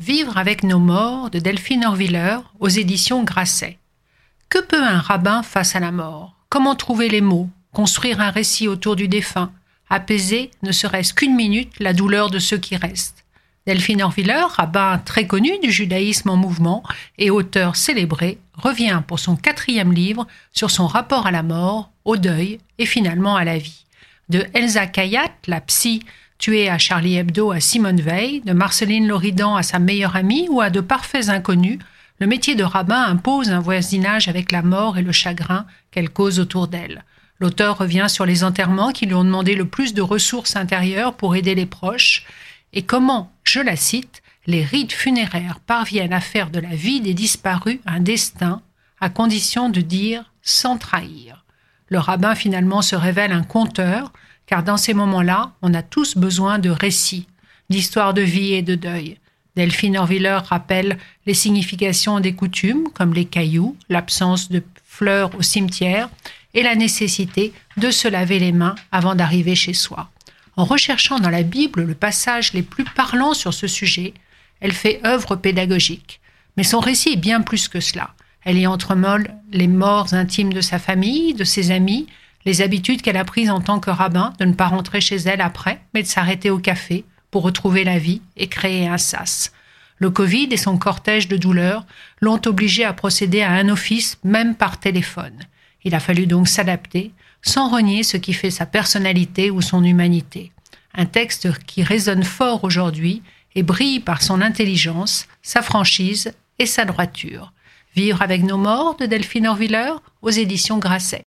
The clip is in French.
Vivre avec nos morts de Delphine Orwiller aux éditions Grasset. Que peut un rabbin face à la mort? Comment trouver les mots? Construire un récit autour du défunt? Apaiser, ne serait-ce qu'une minute, la douleur de ceux qui restent? Delphine Orwiller, rabbin très connu du judaïsme en mouvement et auteur célébré, revient pour son 4e livre sur son rapport à la mort, au deuil et finalement à la vie. De Elsa Khayat, la psy tuée à Charlie Hebdo à Simone Veil, de Marceline Loridan à sa meilleure amie ou à de parfaits inconnus, le métier de rabbin impose un voisinage avec la mort et le chagrin qu'elle cause autour d'elle. L'auteur revient sur les enterrements qui lui ont demandé le plus de ressources intérieures pour aider les proches et comment, je la cite, les rites funéraires parviennent à faire de la vie des disparus un destin, à condition de dire sans trahir. Le rabbin finalement se révèle un conteur, car dans ces moments-là, on a tous besoin de récits, d'histoires de vie et de deuil. Delphine Orwiller rappelle les significations des coutumes, comme les cailloux, l'absence de fleurs au cimetière et la nécessité de se laver les mains avant d'arriver chez soi. En recherchant dans la Bible le passage les plus parlants sur ce sujet, elle fait œuvre pédagogique. Mais son récit est bien plus que cela. Elle y entremêle les morts intimes de sa famille, de ses amis, les habitudes qu'elle a prises en tant que rabbin de ne pas rentrer chez elle après, mais de s'arrêter au café pour retrouver la vie et créer un sas. Le Covid et son cortège de douleurs l'ont obligée à procéder à un office, même par téléphone. Il a fallu donc s'adapter, sans renier ce qui fait sa personnalité ou son humanité. Un texte qui résonne fort aujourd'hui et brille par son intelligence, sa franchise et sa droiture. Vivre avec nos morts de Delphine Orwiller aux éditions Grasset.